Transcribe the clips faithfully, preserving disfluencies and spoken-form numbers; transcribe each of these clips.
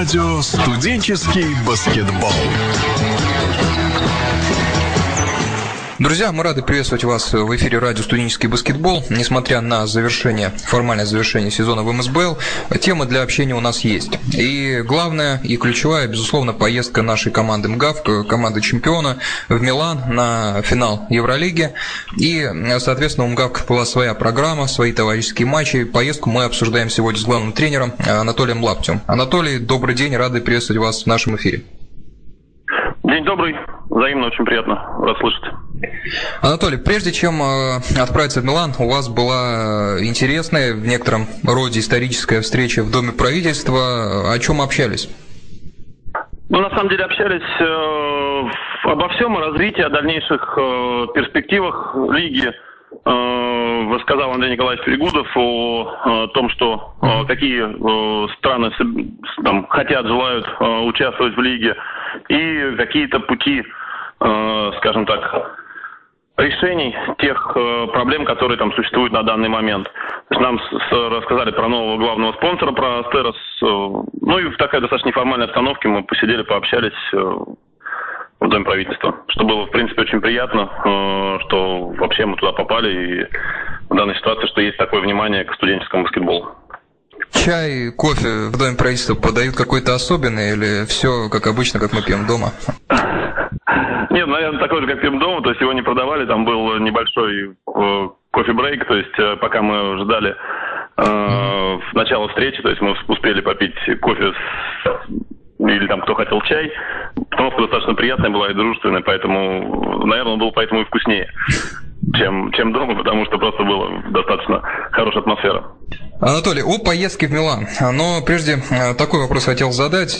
Радио «Студенческий баскетбол». Друзья, мы рады приветствовать вас в эфире радио «Студенческий баскетбол». Несмотря на завершение, формальное завершение сезона в эм эс бэ эл, тема для общения у нас есть. И главная и ключевая, безусловно, поездка нашей команды МГАВК, команды чемпиона, в Милан на финал Евролиги. И, соответственно, у МГАВК была своя программа, свои товарищеские матчи. Поездку мы обсуждаем сегодня с главным тренером Анатолием Лаптевым. Анатолий, добрый день, рады приветствовать вас в нашем эфире. День добрый, взаимно, очень приятно, рад слышать. Анатолий, прежде чем отправиться в Милан, у вас была интересная, в некотором роде историческая встреча в Доме правительства. О чем общались? Ну, на самом деле общались э, обо всем, о развитии, о дальнейших э, перспективах лиги. Э, рассказал Андрей Николаевич Перегудов о, о том, что э, какие э, страны там, хотят, желают э, участвовать в лиге, и какие-то пути, э, скажем так, решений тех э, проблем, которые там существуют на данный момент. То есть нам с, с, рассказали про нового главного спонсора, про Астерос. Э, ну и в такой достаточно неформальной обстановке мы посидели, пообщались э, в Доме правительства. Что было, в принципе, очень приятно, э, что вообще мы туда попали, и в данной ситуации, что есть такое внимание к студенческому баскетболу. Чай, кофе в Доме правительства подают какой-то особенный или все как обычно, как мы пьем дома? Нет, наверное, такой же, как пьем дома, то есть его не продавали, там был небольшой э, кофе-брейк, то есть э, пока мы ждали э, начала встречи, то есть мы успели попить кофе с, или там кто хотел чай. Обстановка достаточно приятная была и дружественная, поэтому, наверное, он был поэтому и вкуснее, чем, чем дома, потому что просто была достаточно хорошая атмосфера. Анатолий, о поездке в Милан. Но прежде такой вопрос хотел задать.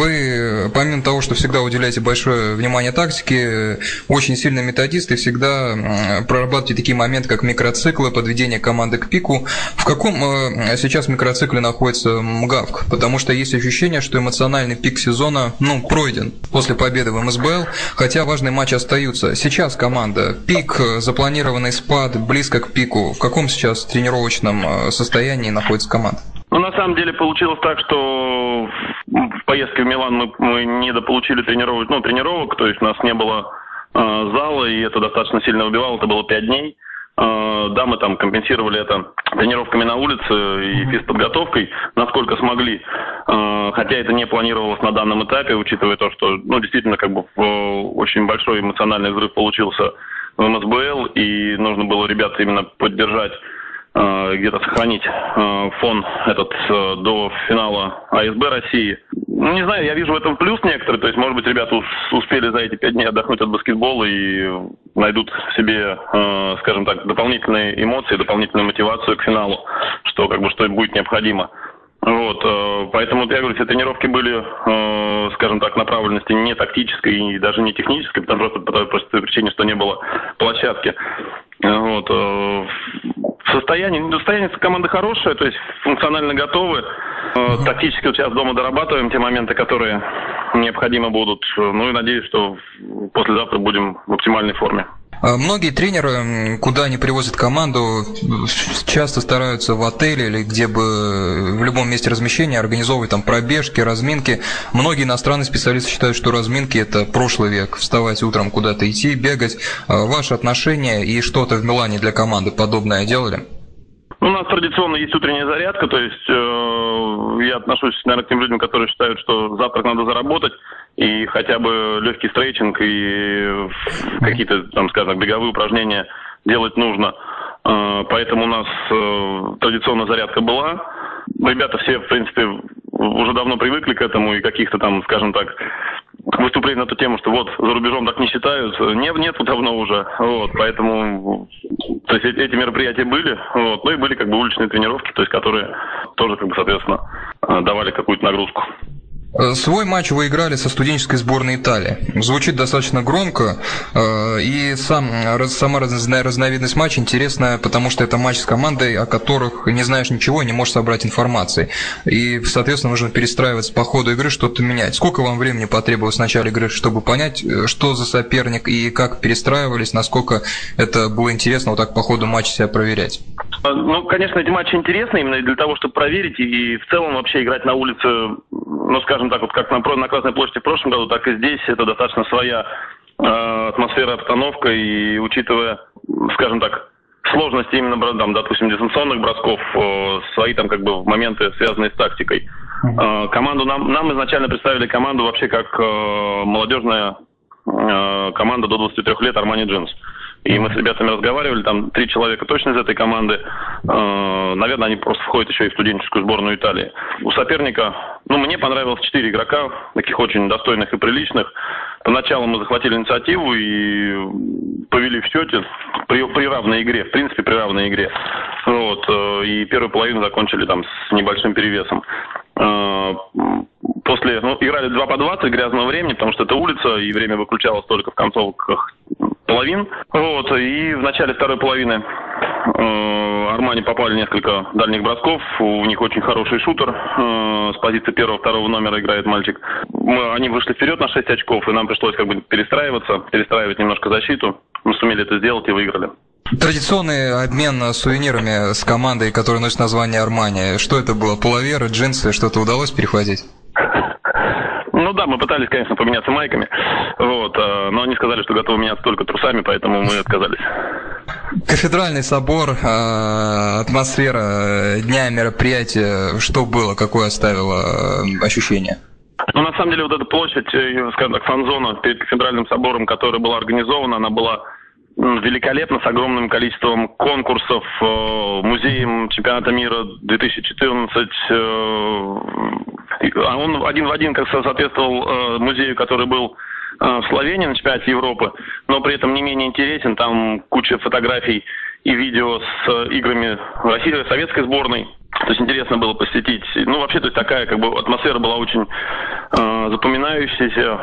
Вы, помимо того, что всегда уделяете большое внимание тактике, очень сильный методист и всегда прорабатываете такие моменты, как микроциклы, подведение команды к пику. В каком сейчас микроцикле находится МГАВК? Потому что есть ощущение, что эмоциональный пик сезона, ну, пройден после победы в эм эс бэ эл, хотя важные матчи остаются. Сейчас команда, пик, запланированный спад, близко к пику. В каком сейчас тренировочном состоянии находится команда? Ну, на самом деле получилось так, что в поездке в Милан мы, мы недополучили тренировок, ну, тренировок, то есть у нас не было э, зала, и это достаточно сильно выбивало, это было пять дней. Э, да, мы там компенсировали это тренировками на улице и физподготовкой, насколько смогли, э, хотя это не планировалось на данном этапе, учитывая то, что, ну, действительно, как бы очень большой эмоциональный взрыв получился в эм эс бэ эл, и нужно было ребят именно поддержать, где-то сохранить э, фон этот э, до финала а эс бэ России. Ну, не знаю, я вижу в этом плюс некоторые, то есть, может быть, ребята успели за эти пять дней отдохнуть от баскетбола и найдут в себе, э, скажем так, дополнительные эмоции, дополнительную мотивацию к финалу, что как бы что будет необходимо. Вот, э, поэтому, я говорю, все тренировки были, э, скажем так, направленности не тактической и даже не технической, потому что по той простой причине, что не было площадки. Вот, э, состояние, состояние команды хорошее, то есть функционально готовы. Э, тактически вот сейчас дома дорабатываем те моменты, которые необходимы будут. Ну и надеюсь, что послезавтра будем в оптимальной форме. Многие тренеры, куда они привозят команду, часто стараются в отеле или где бы в любом месте размещения организовывать там пробежки, разминки. Многие иностранные специалисты считают, что разминки – это прошлый век. Вставать утром куда-то идти, бегать. Ваши отношения и что-то в Милане для команды подобное делали? У нас традиционно есть утренняя зарядка, то есть э, я отношусь, наверное, к тем людям, которые считают, что завтрак надо заработать, и хотя бы легкий стретчинг и какие-то, там, скажем, беговые упражнения делать нужно. Э, поэтому у нас э, традиционная зарядка была. Ребята все, в принципе, уже давно привыкли к этому, и каких-то там, скажем так, выступлений на эту тему, что вот за рубежом так не считают, нет, нету давно уже, вот, поэтому, то есть эти мероприятия были, вот, ну и были как бы уличные тренировки, то есть которые тоже, как бы, соответственно, давали какую-то нагрузку. Свой матч вы играли со студенческой сборной Италии. Звучит достаточно громко, и сам, сама разновидность матча интересная, потому что это матч с командой, о которых не знаешь ничего и не можешь собрать информации. И, соответственно, нужно перестраиваться по ходу игры, что-то менять. Сколько вам времени потребовалось в начале игры, чтобы понять, что за соперник и как перестраивались, насколько это было интересно вот так по ходу матча себя проверять? Ну, конечно, эти матчи интересны именно для того, чтобы проверить и в целом вообще играть на улице ну, скажем так, вот как на, на Красной площади в прошлом году, так и здесь это достаточно своя э, атмосфера, обстановка, и учитывая, скажем так, сложности именно, там, допустим, дистанционных бросков, э, свои там как бы моменты, связанные с тактикой. Э, команду нам, нам изначально представили команду вообще как э, молодежная э, команда до двадцати трёх лет Armani Jeans. И мы с ребятами разговаривали, там три человека точно из этой команды. Э, наверное, они просто входят еще и в студенческую сборную Италии. У соперника, ну, мне понравилось четыре игрока, таких очень достойных и приличных. Поначалу мы захватили инициативу и повели в счете при, при равной игре, в принципе, при равной игре. Вот, э, и первую половину закончили там с небольшим перевесом. Э, после, ну, играли два по двадцать грязного времени, потому что это улица, и время выключалось только в концовках половин. Вот, и в начале второй половины э, Армани попали несколько дальних бросков. У них очень хороший шутер. Э, с позиции первого-второго номера играет мальчик. Мы, они вышли вперед на шесть очков, и нам пришлось как бы перестраиваться, перестраивать немножко защиту. Мы сумели это сделать и выиграли. Традиционный обмен сувенирами с командой, которая носит название Армани. Что это было? Пуловеры, джинсы? Что-то удалось перехватить? Ну да, мы пытались, конечно, поменяться майками, вот, но они сказали, что готовы меняться только трусами, поэтому мы отказались. Кафедральный собор, атмосфера дня мероприятия, что было, какое оставило ощущение? Ну, на самом деле, вот эта площадь, скажем так, фан-зона перед Кафедральным собором, которая была организована, она была великолепна, с огромным количеством конкурсов, музеем чемпионата мира две тысячи четырнадцать. А он один в один как соответствовал музею, который был в Словении на чемпионате Европы, но при этом не менее интересен. Там куча фотографий и видео с играми России, советской сборной. То есть интересно было посетить. Ну, вообще, то есть такая как бы атмосфера была очень э, запоминающаяся.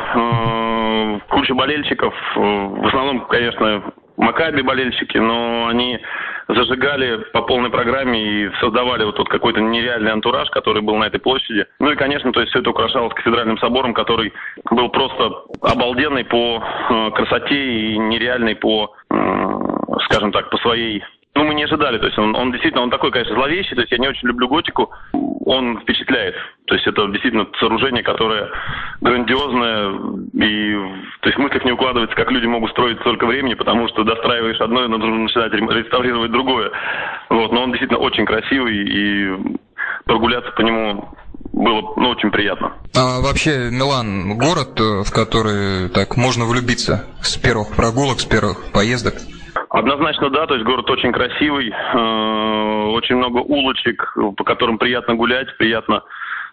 Э, куча болельщиков. В основном, конечно, Макаби болельщики, но они зажигали по полной программе и создавали вот тот какой-то нереальный антураж, который был на этой площади. Ну и, конечно, то есть все это украшалось Кафедральным собором, который был просто обалденный по э, красоте и нереальный по, э, скажем так, по своей... Ну, мы не ожидали, то есть он, он действительно, он такой, конечно, зловещий, то есть я не очень люблю готику, он впечатляет, то есть это действительно сооружение, которое грандиозное, и то есть в мыслях не укладывается, как люди могут строить столько времени, потому что достраиваешь одно, и нужно начинать реставрировать другое, вот, но он действительно очень красивый, и прогуляться по нему было, ну, очень приятно. А вообще Милан город, в который так можно влюбиться с первых прогулок, с первых поездок? Однозначно да, то есть город очень красивый, э, очень много улочек, по которым приятно гулять, приятно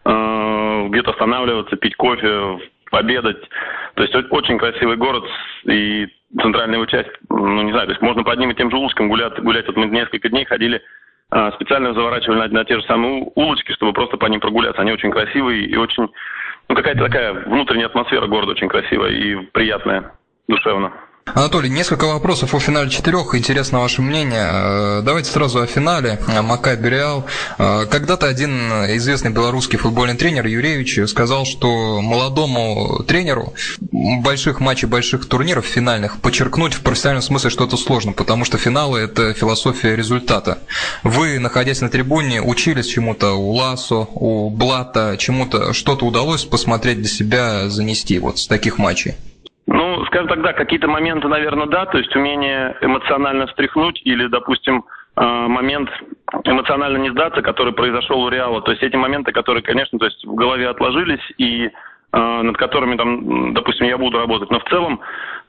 э, где-то останавливаться, пить кофе, обедать. То есть очень красивый город, и центральная его часть, ну не знаю, то есть можно по одним и тем же улочкам гулять. гулять. Вот мы несколько дней ходили, э, специально заворачивали на, на те же самые улочки, чтобы просто по ним прогуляться. Они очень красивые и очень, ну какая-то такая внутренняя атмосфера города очень красивая и приятная, душевно. Анатолий, несколько вопросов о финале четырех. Интересно ваше мнение. Давайте сразу о финале. Макаби Реал. Когда-то один известный белорусский футбольный тренер Юревич сказал, что молодому тренеру больших матчей, больших турниров финальных подчеркнуть в профессиональном смысле что-то сложно, потому что финалы – это философия результата. Вы, находясь на трибуне, учились чему-то у Ласо, у Блата, чему-то, что-то удалось посмотреть для себя, занести вот с таких матчей? Ну, скажем так, да, какие-то моменты, наверное, да, то есть умение эмоционально встряхнуть или, допустим, момент эмоционально не сдаться, который произошел у Реала, то есть эти моменты, которые, конечно, то есть в голове отложились и над которыми, там, допустим, я буду работать, но в целом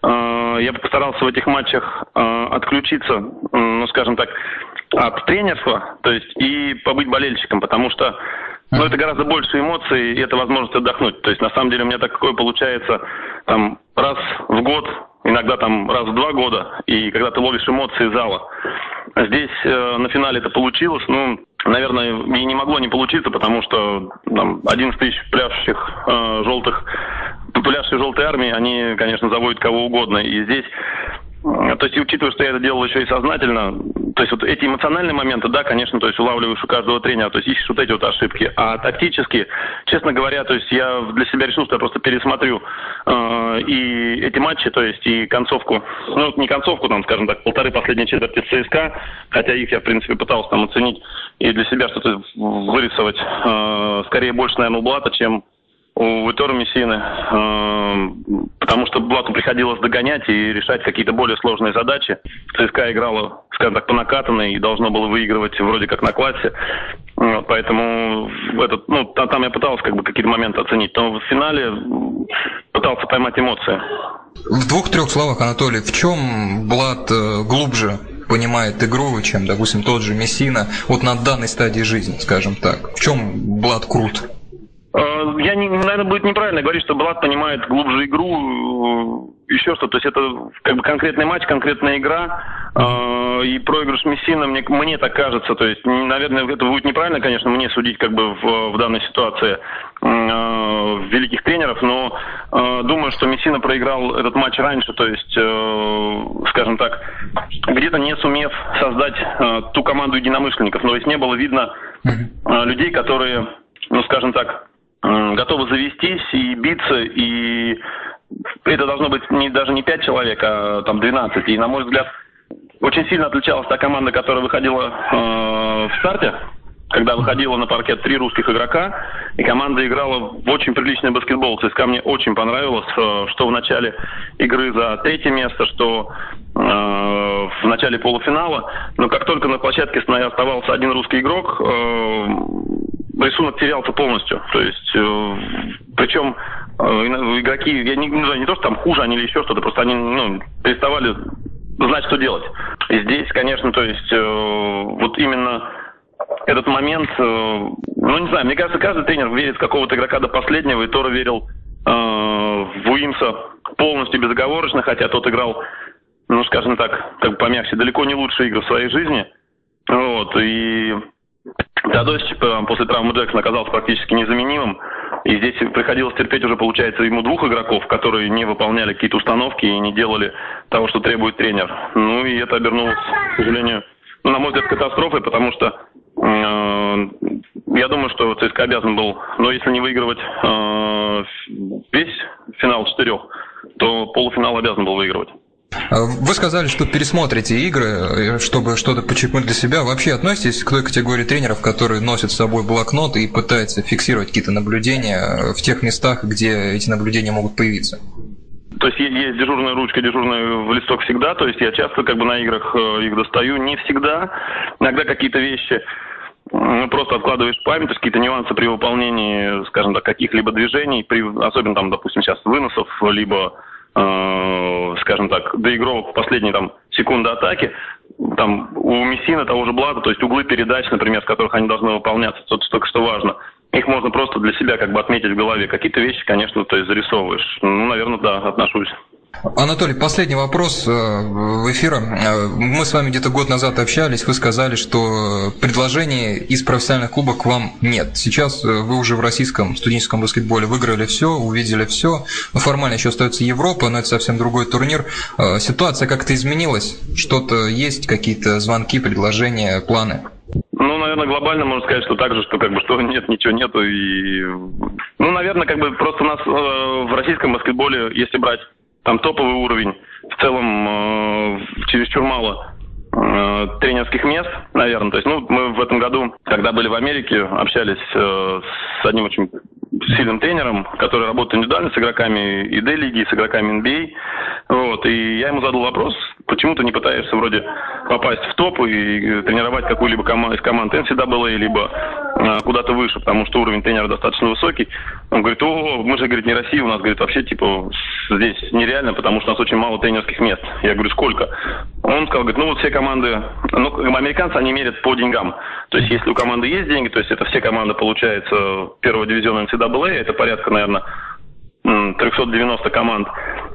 я бы постарался в этих матчах отключиться, ну, скажем так, от тренерства, то есть и побыть болельщиком, потому что ну, это гораздо больше эмоций, и это возможность отдохнуть. То есть, на самом деле, у меня такое получается там, раз в год, иногда там раз в два года, и когда ты ловишь эмоции зала. Здесь э, на финале это получилось, ну, наверное, и не могло не получиться, потому что там одиннадцать тысяч пляшущих э, желтых, пляшущей желтой армии, они, конечно, заводят кого угодно. И здесь, э, то есть, учитывая, что я это делал еще и сознательно, то есть вот эти эмоциональные моменты, да, конечно, то есть улавливаешь у каждого тренера, то есть ищешь вот эти вот ошибки. А тактически, честно говоря, то есть я для себя решил, что я просто пересмотрю э, и эти матчи, то есть и концовку, ну не концовку, там, скажем так, полторы последние четверти ЦСКА, хотя их я, в принципе, пытался там оценить и для себя что-то вырисовать, э, скорее больше, наверное, у Блата, чем у Витору Мессины, э, потому что Блату приходилось догонять и решать какие-то более сложные задачи. ЦСКА играла, скажем так, по накатанной и должно было выигрывать вроде как на классе. Вот, поэтому этот, ну, там я пытался как бы какие-то моменты оценить, но в финале пытался поймать эмоции. В двух-трех словах, Анатолий, в чем Блат глубже понимает игру, чем, допустим, тот же Мессина, вот на данной стадии жизни, скажем так? В чем Блат крут? Я, не, наверное, будет неправильно говорить, что Блат понимает глубже игру, еще что-то. То есть это как бы конкретный матч, конкретная игра, э, и проигрыш Мессина, мне, мне так кажется. То есть, наверное, это будет неправильно, конечно, мне судить как бы в, в данной ситуации э, великих тренеров, но э, думаю, что Мессина проиграл этот матч раньше, то есть, э, скажем так, где-то не сумев создать э, ту команду единомышленников. Но ведь не было видно э, людей, которые, ну, скажем так, готовы завестись и биться, и это должно быть не, даже не пять человек, а там двенадцать. И, на мой взгляд, очень сильно отличалась та команда, которая выходила э, в старте, когда выходила на паркет три русских игрока, и команда играла в очень приличный баскетбол. ЦСКА мне очень понравилось, э, что в начале игры за третье место, что э, в начале полуфинала. Но как только на площадке оставался один русский игрок, э, рисунок терялся полностью. То есть, э, причем э, игроки, я не, не знаю, не то, что там хуже они или еще что-то, просто они, ну, переставали знать, что делать. И здесь, конечно, то есть, э, вот именно этот момент, э, ну, не знаю, мне кажется, каждый тренер верит в какого-то игрока до последнего, и Тора верил э, в Уимса полностью безоговорочно, хотя тот играл, ну, скажем так, как бы помягче, далеко не лучшие игры в своей жизни. Вот, и Теодосич после травмы Джексона оказался практически незаменимым. И здесь приходилось терпеть уже, получается, ему двух игроков, которые не выполняли какие-то установки и не делали того, что требует тренер. Ну и это обернулось, к сожалению, ну, на мой взгляд, катастрофой, потому что э, я думаю, что ЦСКА обязан был, но если не выигрывать э, весь финал четырех, то полуфинал обязан был выигрывать. Вы сказали, что пересмотрите игры, чтобы что-то подчеркнуть для себя. Вообще относитесь к той категории тренеров, которые носят с собой блокнот и пытаются фиксировать какие-то наблюдения в тех местах, где эти наблюдения могут появиться? То есть есть дежурная ручка, дежурный листок всегда. То есть я часто как бы на играх их достаю. Не всегда. Иногда какие-то вещи ну, просто откладываешь в память, то есть какие-то нюансы при выполнении, скажем так, каких-либо движений, при, особенно там, допустим, сейчас выносов, либо скажем так, доигровок в последние там секунды атаки, там у Мессина, того же Блата, то есть углы передач, например, с которых они должны выполняться, то только что важно. Их можно просто для себя как бы отметить в голове. Какие-то вещи, конечно, то есть зарисовываешь. Ну, наверное, да, отношусь. Анатолий, последний вопрос в эфира. Мы с вами где-то год назад общались, вы сказали, что предложений из профессиональных клубов к вам нет. Сейчас вы уже в российском студенческом баскетболе выиграли все, увидели все. Формально еще остается Европа, но это совсем другой турнир. Ситуация как-то изменилась? Что-то есть, какие-то звонки, предложения, планы? Ну, наверное, глобально можно сказать, что так же, что как бы что нет, ничего нету. И... Ну, наверное, как бы просто у нас э, в российском баскетболе, если брать там топовый уровень, в целом э, чересчур мало э, тренерских мест, наверное. То есть, ну, мы в этом году, когда были в Америке, общались э, с одним очень сильным тренером, который работает индивидуально с игроками и Д-лиги, и с игроками эн би эй. Вот, и я ему задал вопрос, почему ты не пытаешься вроде попасть в топ и тренировать какую-либо команду из команд эн си эй эй, либо э, куда-то выше, потому что уровень тренера достаточно высокий. Он говорит, о, мы же, говорит, не Россия, у нас, говорит, вообще, типа, здесь нереально, потому что у нас очень мало тренерских мест. Я говорю, сколько? Он сказал, говорит, ну вот все команды, ну, американцы, они мерят по деньгам. То есть, если у команды есть деньги, то есть это все команды, получается, первого дивизиона эн си эй эй, это порядка, наверное, триста девяносто команд.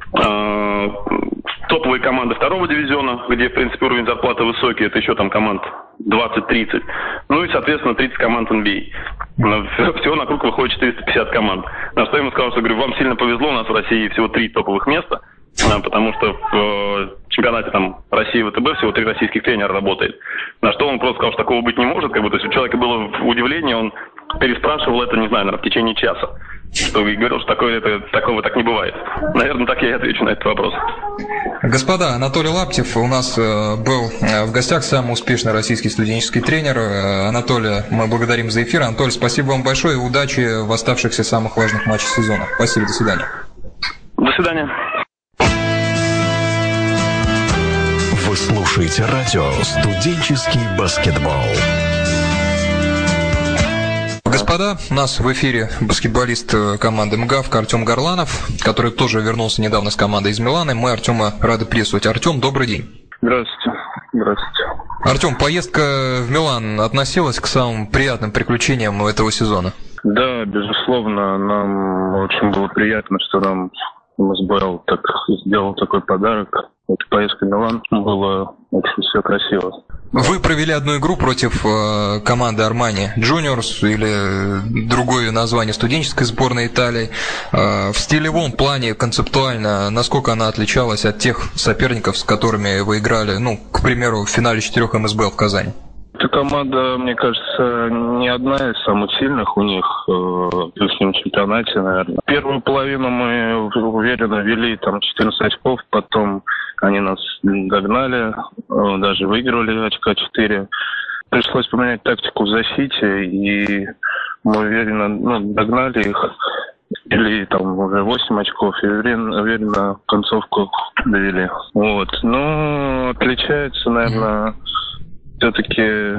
Топовые команды второго дивизиона, где, в принципе, уровень зарплаты высокий, это еще там команд двадцать-тридцать. Ну и, соответственно, тридцать команд эн би эй. Всего на круг выходит четыреста пятьдесят команд. На что я ему сказал, что, говорю, вам сильно повезло, у нас в России всего три топовых места, потому что в чемпионате там России вэ тэ бэ всего три российских тренера работает. На что он просто сказал, что такого быть не может. Как бы, то есть у человека было удивление, он переспрашивал это, не знаю, наверное, в течение часа. что и говорил, что такое, это, такого так не бывает. Наверное, так я и отвечу на этот вопрос. Господа, Анатолий Лаптев у нас был в гостях, самый успешный российский студенческий тренер. Анатолия мы благодарим за эфир. Анатолий, спасибо вам большое и удачи в оставшихся самых важных матчах сезона. Спасибо, до свидания. До свидания. Вы слушаете радио «Студенческий баскетбол». Господа, у нас в эфире баскетболист команды МГАВК Артем Горланов, который тоже вернулся недавно с командой из Милана. Мы Артема рады приветствовать. Артем, добрый день. Здравствуйте. Здравствуйте. Артем, поездка в Милан относилась к самым приятным приключениям этого сезона? Да, безусловно, нам очень было приятно, что нам МСБЛ так сделал такой подарок. Вот поездка в Милан, было очень все красиво. Вы провели одну игру против э, команды Армани Juniors, или другое название студенческой сборной Италии. Э, в стилевом плане, концептуально, насколько она отличалась от тех соперников, с которыми вы играли, ну, к примеру, в финале четырех МСБЛ в Казани? Эта команда, мне кажется, не одна из самых сильных у них э, в их чемпионате, наверное. Первую половину мы уверенно вели там четырнадцать очков, потом они нас догнали, э, даже выигрывали очка четыре. Пришлось поменять тактику в защите, и мы уверенно ну, догнали их. Или там уже восемь очков, и уверенно, уверенно концовку довели. Вот. Но отличается, наверное, все-таки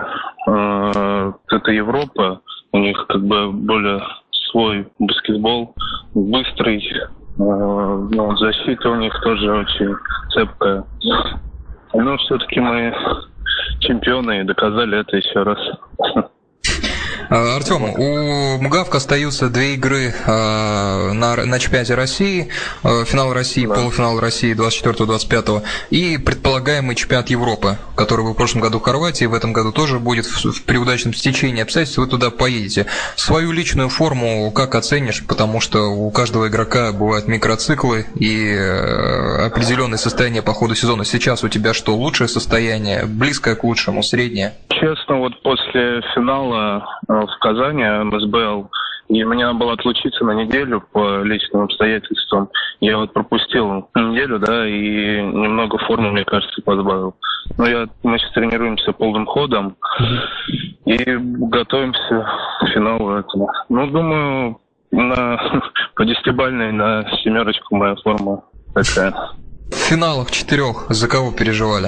э, это Европа, у них как бы более свой баскетбол, быстрый, э, ну, защита у них тоже очень цепкая. Но все-таки мы чемпионы и доказали это еще раз. Артем, у МГАВК остаются две игры э, на, на чемпионате России, э, финал России, да. Полуфинал России двадцать четвёртого двадцать пятого и предполагаемый чемпионат Европы, который был в прошлом году в Хорватии, в этом году тоже будет в, в, при удачном стечении обстоятельств, вы туда поедете. Свою личную форму как оценишь, потому что у каждого игрока бывают микроциклы и э, определенное состояние по ходу сезона. Сейчас у тебя что, лучшее состояние, близкое к лучшему, среднее? Честно, вот после финала в Казани МСБЛ, и мне надо было отлучиться на неделю по личным обстоятельствам. Я вот пропустил неделю, да, и немного формы, мне кажется, подбавил. Но я, мы сейчас тренируемся полным ходом и готовимся к финалу этого. Ну, думаю, на, по десятибалльной на семерочку моя форма такая. В финалах четырех за кого переживали?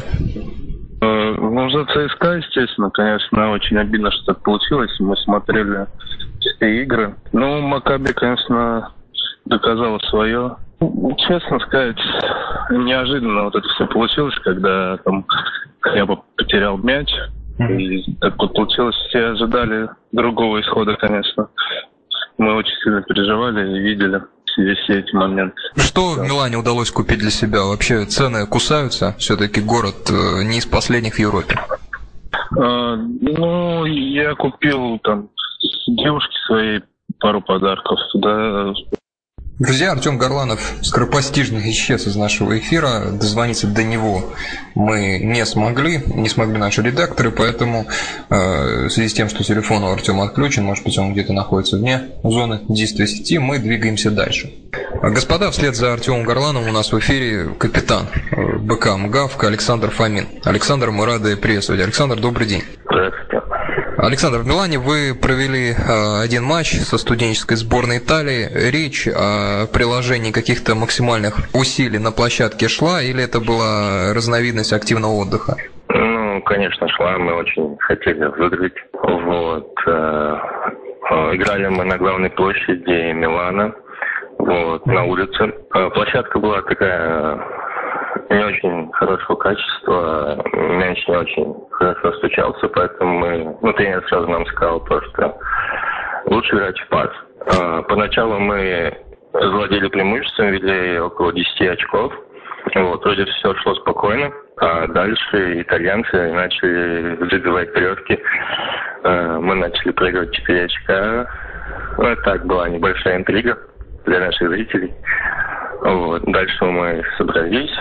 Ну, за ЦСКА, естественно, конечно, очень обидно, что так получилось. Мы смотрели все игры. Ну, Макаби, конечно, доказала свое. Честно сказать, неожиданно вот это все получилось, когда там я бы потерял мяч. И так вот получилось. Все ожидали другого исхода, конечно. Мы очень сильно переживали и видели все эти моменты. Что да. в Милане удалось купить для себя? Вообще цены кусаются? Все-таки город не из последних в Европе. А, ну, я купил там девушке своей пару подарков. Да. Друзья, Артем Горланов скоропостижно исчез из нашего эфира. Дозвониться до него мы не смогли, не смогли наши редакторы, поэтому э, в связи с тем, что телефон у Артема отключен, может быть, он где-то находится вне зоны действия сети, мы двигаемся дальше. Господа, вслед за Артемом Горлановым у нас в эфире капитан БК МГАВК Александр Фомин. Александр, мы рады приветствовать. Александр, добрый день. Здравствуйте. Александр, в Милане вы провели э, один матч со студенческой сборной Италии. Речь о приложении каких-то максимальных усилий на площадке шла, или это была разновидность активного отдыха? Ну, конечно, шла. Мы очень хотели выиграть. Вот. Играли мы на главной площади Милана, вот, на улице. Площадка была такая не очень хорошего качества, мяч не очень хорошо стучался, поэтому мы, ну, тренер сразу нам сказал то, что лучше играть в пас. Поначалу мы завладели преимуществом, вели около десяти очков. Вот, вроде все шло спокойно, а дальше итальянцы начали забивать трёшки. Мы начали проигрывать четыре очка. Ну, так была небольшая интрига для наших зрителей. Вот. Дальше мы собрались,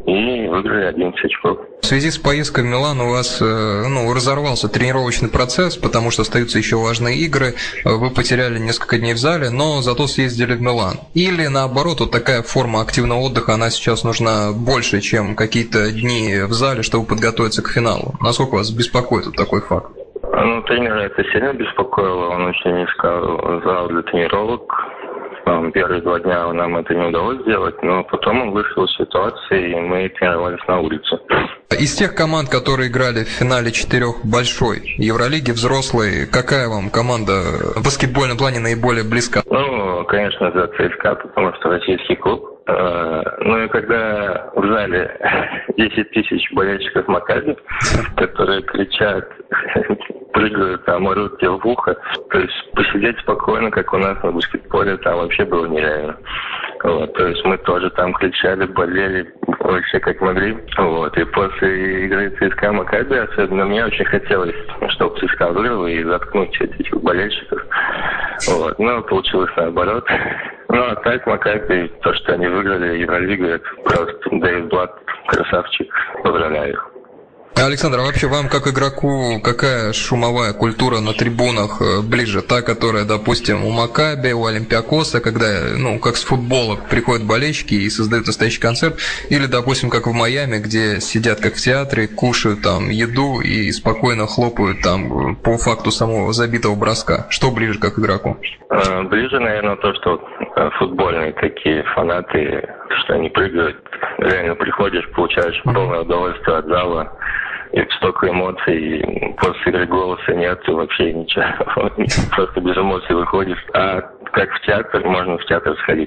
и выиграли одиннадцать очков. В связи с поездкой в Милан у вас ну, разорвался тренировочный процесс, потому что остаются еще важные игры. Вы потеряли несколько дней в зале, но зато съездили в Милан. Или наоборот, вот такая форма активного отдыха, она сейчас нужна больше, чем какие-то дни в зале, чтобы подготовиться к финалу. Насколько вас беспокоит вот такой факт? Ну, тренера это сильно беспокоило, он очень искал зал для тренировок. Первые два дня нам это не удалось сделать, но потом он вышел из ситуации, и мы тренировались на улице. Из тех команд, которые играли в финале четырех большой Евролиги взрослой, какая вам команда в баскетбольном плане наиболее близка? Ну, конечно, за ЦСКА, потому что российский клуб. Ну и когда в зале десять тысяч болельщиков Макаби, которые кричат, прыгают, там, орут тебе в ухо, то есть посидеть спокойно, как у нас на баскетболе, там вообще было нереально. Вот, то есть мы тоже там кричали, болели вообще как могли. Вот, и после игры ЦСКА Макаби, особенно мне очень хотелось, чтобы ЦСКА выиграл и заткнуть этих болельщиков. Вот, но получилось наоборот. Ну, а так, Макаби, то, что они выиграли Евролигу, это просто Дэвид Блат, красавчик, поздравляю их. Александр, а вообще вам, как игроку, какая шумовая культура на трибунах ближе? Та, которая, допустим, у Макаби, у Олимпиакоса, когда, ну, как с футбола приходят болельщики и создают настоящий концерт, или, допустим, как в Майами, где сидят как в театре, кушают там еду и спокойно хлопают там по факту самого забитого броска? Что ближе как игроку? Ближе, наверное, то, что футбольные такие фанаты, что они прыгают, реально приходишь, получаешь полное удовольствие от зала. И столько эмоций, и после игры голоса нет, и вообще ничего. Просто без эмоций выходишь. А как в театр, можно в театр сходить.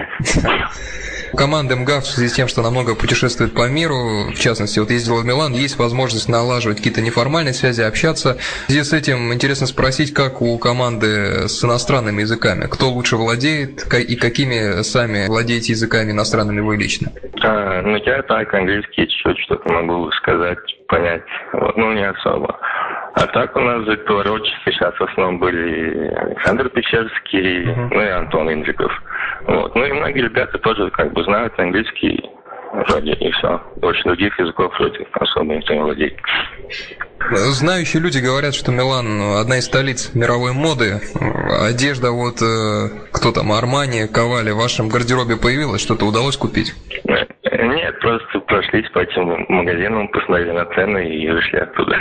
Команда МГАВ в связи с тем, что она много путешествует по миру, в частности, вот ездила в Милан, есть возможность налаживать какие-то неформальные связи, общаться. В связи с этим интересно спросить, как у команды с иностранными языками? Кто лучше владеет и какими сами владеете языками иностранными вы лично? А, ну, я так, английский чуть-чуть что-то могу сказать, понять. Вот, ну, не особо. А так у нас за поворотчики сейчас в основном были Александр Печерский, uh-huh. ну и Антон Индриков. Вот. Ну и многие ребята тоже как бы знают английский вроде, и все. Больше других языков вроде особо никто не владеет. Знающие люди говорят, что Милан одна из столиц мировой моды. Одежда вот, кто там, Армани, Ковали в вашем гардеробе появилась? Что-то удалось купить? Нет, просто прошлись по этим магазинам, посмотрели на цены и вышли оттуда.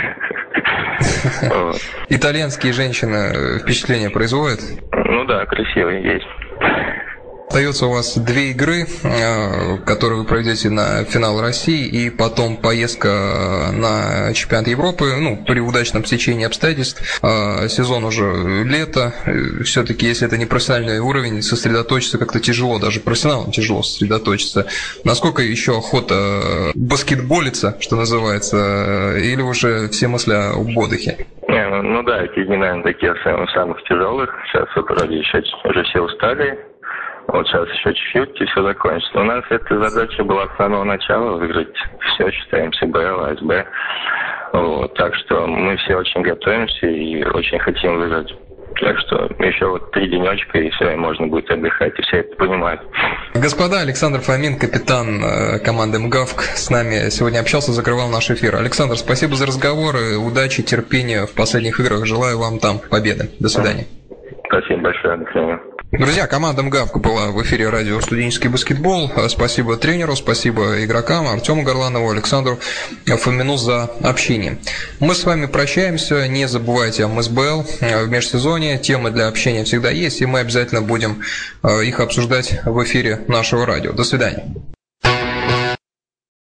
Итальянские женщины впечатление производят? Ну да, красивые есть. Остается у вас две игры, которые вы проведете на финал России, и потом поездка на чемпионат Европы, ну, при удачном стечении обстоятельств. Сезон уже лето, все-таки, если это не профессиональный уровень, сосредоточиться как-то тяжело, даже профессионалам тяжело сосредоточиться. Насколько еще охота баскетболиться, что называется, или уже все мысли об отдыхе? Не, ну, ну да, эти дни, наверное, такие самых тяжелых. Сейчас вот вроде еще уже все устали. Вот сейчас еще чуть-чуть, и все закончится. У нас эта задача была с самого начала выиграть все, считаем, СБ, АСБ. Вот, так что мы все очень готовимся и очень хотим выиграть. Так что еще вот три денечка, и все, и можно будет отдыхать, и все это понимают. Господа, Александр Фомин, капитан команды МГАВК, с нами сегодня общался, закрывал наш эфир. Александр, спасибо за разговор, удачи, терпения в последних играх. Желаю вам там победы. До свидания. Спасибо большое, до свидания. Друзья, команда МГАВК была в эфире радио «Студенческий баскетбол». Спасибо тренеру, спасибо игрокам, Артему Горланову, Александру Фомину за общение. Мы с вами прощаемся. Не забывайте о МСБЛ в межсезонье. Темы для общения всегда есть, и мы обязательно будем их обсуждать в эфире нашего радио. До свидания.